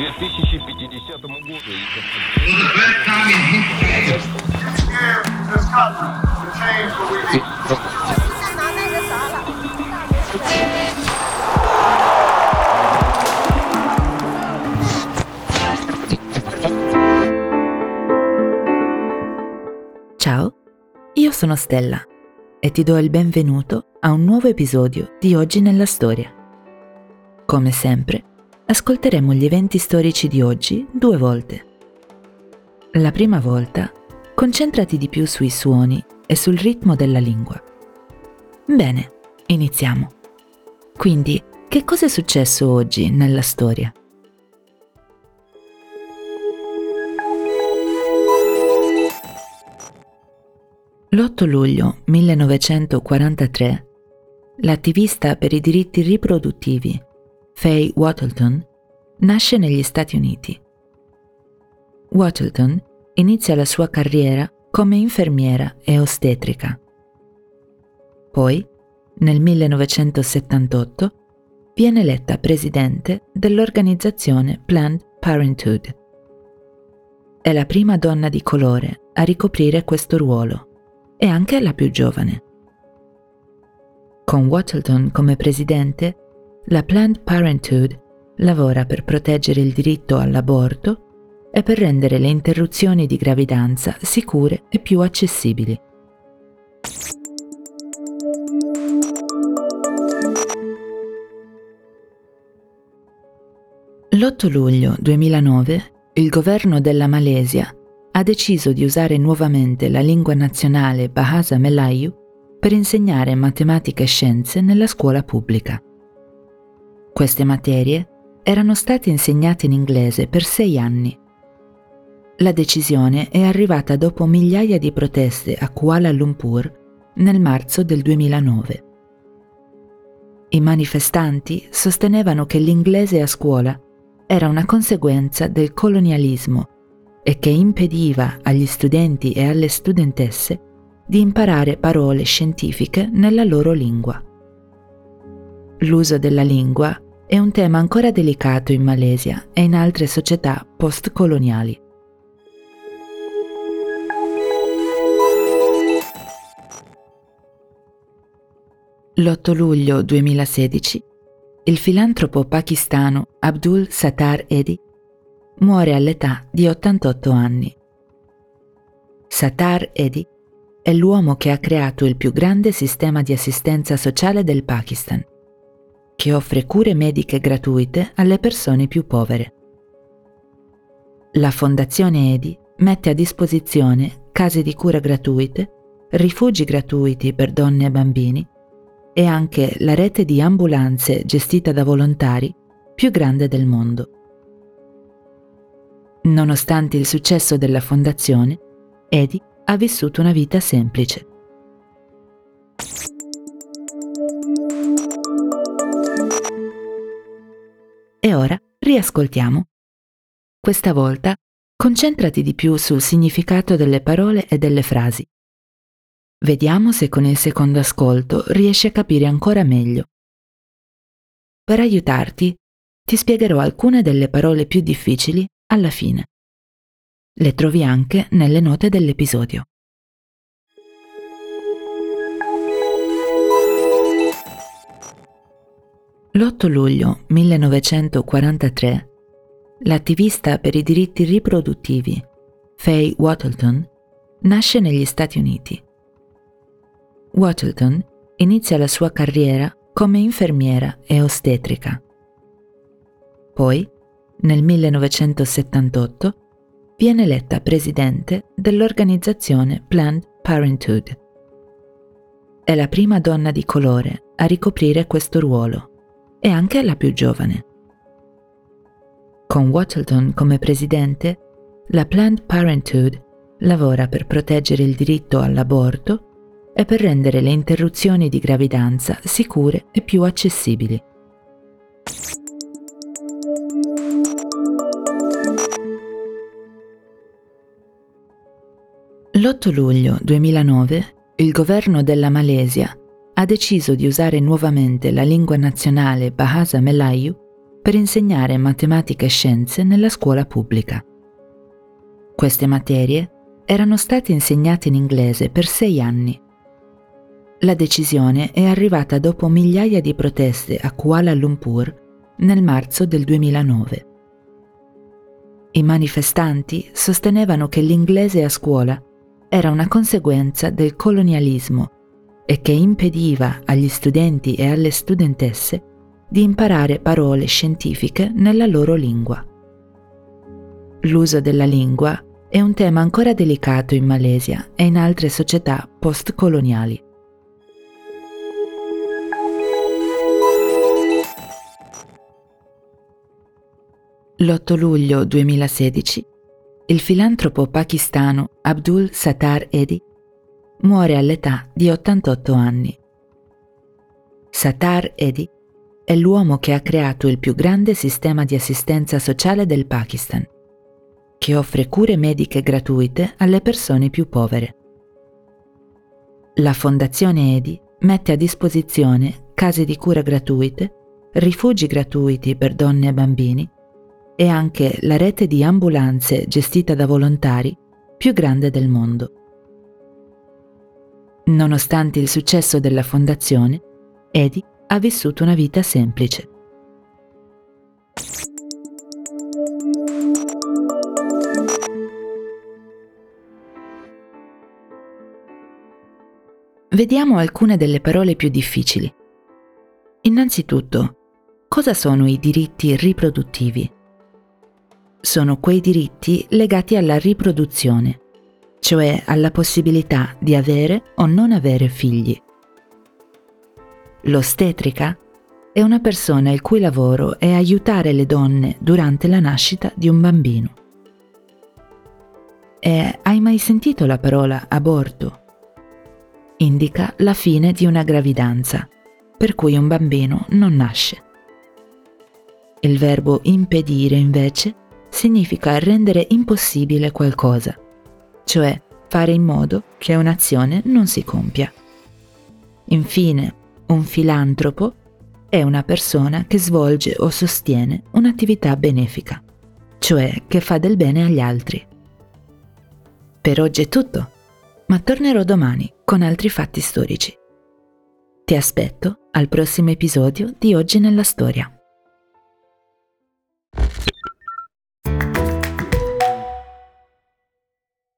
2050 году. For the first time in history, This country to change what we need. 拿那个啥了。 Ciao, io sono Stella e ti do il benvenuto a un nuovo episodio di Oggi nella Storia. Come sempre, ascolteremo gli eventi storici di oggi 2 volte. La prima volta, concentrati di più sui suoni e sul ritmo della lingua. Bene, iniziamo. Quindi, che cosa è successo oggi nella storia? L'8 luglio 1943, l'attivista per i diritti riproduttivi Faye Wattleton nasce negli Stati Uniti. Wattleton inizia la sua carriera come infermiera e ostetrica. Poi, nel 1978, viene eletta presidente dell'organizzazione Planned Parenthood. È la prima donna di colore a ricoprire questo ruolo e anche la più giovane. Con Wattleton come presidente, la Planned Parenthood lavora per proteggere il diritto all'aborto e per rendere le interruzioni di gravidanza sicure e più accessibili. L'8 luglio 2009, il governo della Malesia ha deciso di usare nuovamente la lingua nazionale Bahasa Melayu per insegnare matematica e scienze nella scuola pubblica. Queste materie erano state insegnate in inglese per 6 anni. La decisione è arrivata dopo migliaia di proteste a Kuala Lumpur nel marzo del 2009. I manifestanti sostenevano che l'inglese a scuola era una conseguenza del colonialismo e che impediva agli studenti e alle studentesse di imparare parole scientifiche nella loro lingua. L'uso della lingua è un tema ancora delicato in Malesia e in altre società post-coloniali. L'8 luglio 2016, il filantropo pakistano Abdul Sattar Edhi muore all'età di 88 anni. Sattar Edhi è l'uomo che ha creato il più grande sistema di assistenza sociale del Pakistan, che offre cure mediche gratuite alle persone più povere. La Fondazione Edhi mette a disposizione case di cura gratuite, rifugi gratuiti per donne e bambini e anche la rete di ambulanze gestita da volontari più grande del mondo. Nonostante il successo della fondazione, Edhi ha vissuto una vita semplice. E ora riascoltiamo. Questa volta concentrati di più sul significato delle parole e delle frasi. Vediamo se con il secondo ascolto riesci a capire ancora meglio. Per aiutarti, ti spiegherò alcune delle parole più difficili alla fine. Le trovi anche nelle note dell'episodio. L'8 luglio 1943, l'attivista per i diritti riproduttivi Faye Wattleton nasce negli Stati Uniti. Wattleton inizia la sua carriera come infermiera e ostetrica. Poi, nel 1978, viene eletta presidente dell'organizzazione Planned Parenthood. È la prima donna di colore a ricoprire questo ruolo e anche la più giovane. Con Wattleton come presidente, la Planned Parenthood lavora per proteggere il diritto all'aborto e per rendere le interruzioni di gravidanza sicure e più accessibili. L'8 luglio 2009, il governo della Malesia ha deciso di usare nuovamente la lingua nazionale Bahasa Melayu per insegnare matematica e scienze nella scuola pubblica. Queste materie erano state insegnate in inglese per 6 anni. La decisione è arrivata dopo migliaia di proteste a Kuala Lumpur nel marzo del 2009. I manifestanti sostenevano che l'inglese a scuola era una conseguenza del colonialismo e che impediva agli studenti e alle studentesse di imparare parole scientifiche nella loro lingua. L'uso della lingua è un tema ancora delicato in Malesia e in altre società post-coloniali. L'8 luglio 2016, il filantropo pakistano Abdul Sattar Edhi muore all'età di 88 anni. Sattar Edhi è l'uomo che ha creato il più grande sistema di assistenza sociale del Pakistan, che offre cure mediche gratuite alle persone più povere. La Fondazione Edhi mette a disposizione case di cura gratuite, rifugi gratuiti per donne e bambini e anche la rete di ambulanze gestita da volontari più grande del mondo. Nonostante il successo della fondazione, Edhi ha vissuto una vita semplice. Vediamo alcune delle parole più difficili. Innanzitutto, cosa sono i diritti riproduttivi? Sono quei diritti legati alla riproduzione, cioè alla possibilità di avere o non avere figli. L'ostetrica è una persona il cui lavoro è aiutare le donne durante la nascita di un bambino. E hai mai sentito la parola aborto? Indica la fine di una gravidanza, per cui un bambino non nasce. Il verbo impedire, invece, significa rendere impossibile qualcosa, cioè fare in modo che un'azione non si compia. Infine, un filantropo è una persona che svolge o sostiene un'attività benefica, cioè che fa del bene agli altri. Per oggi è tutto, ma tornerò domani con altri fatti storici. Ti aspetto al prossimo episodio di Oggi nella Storia.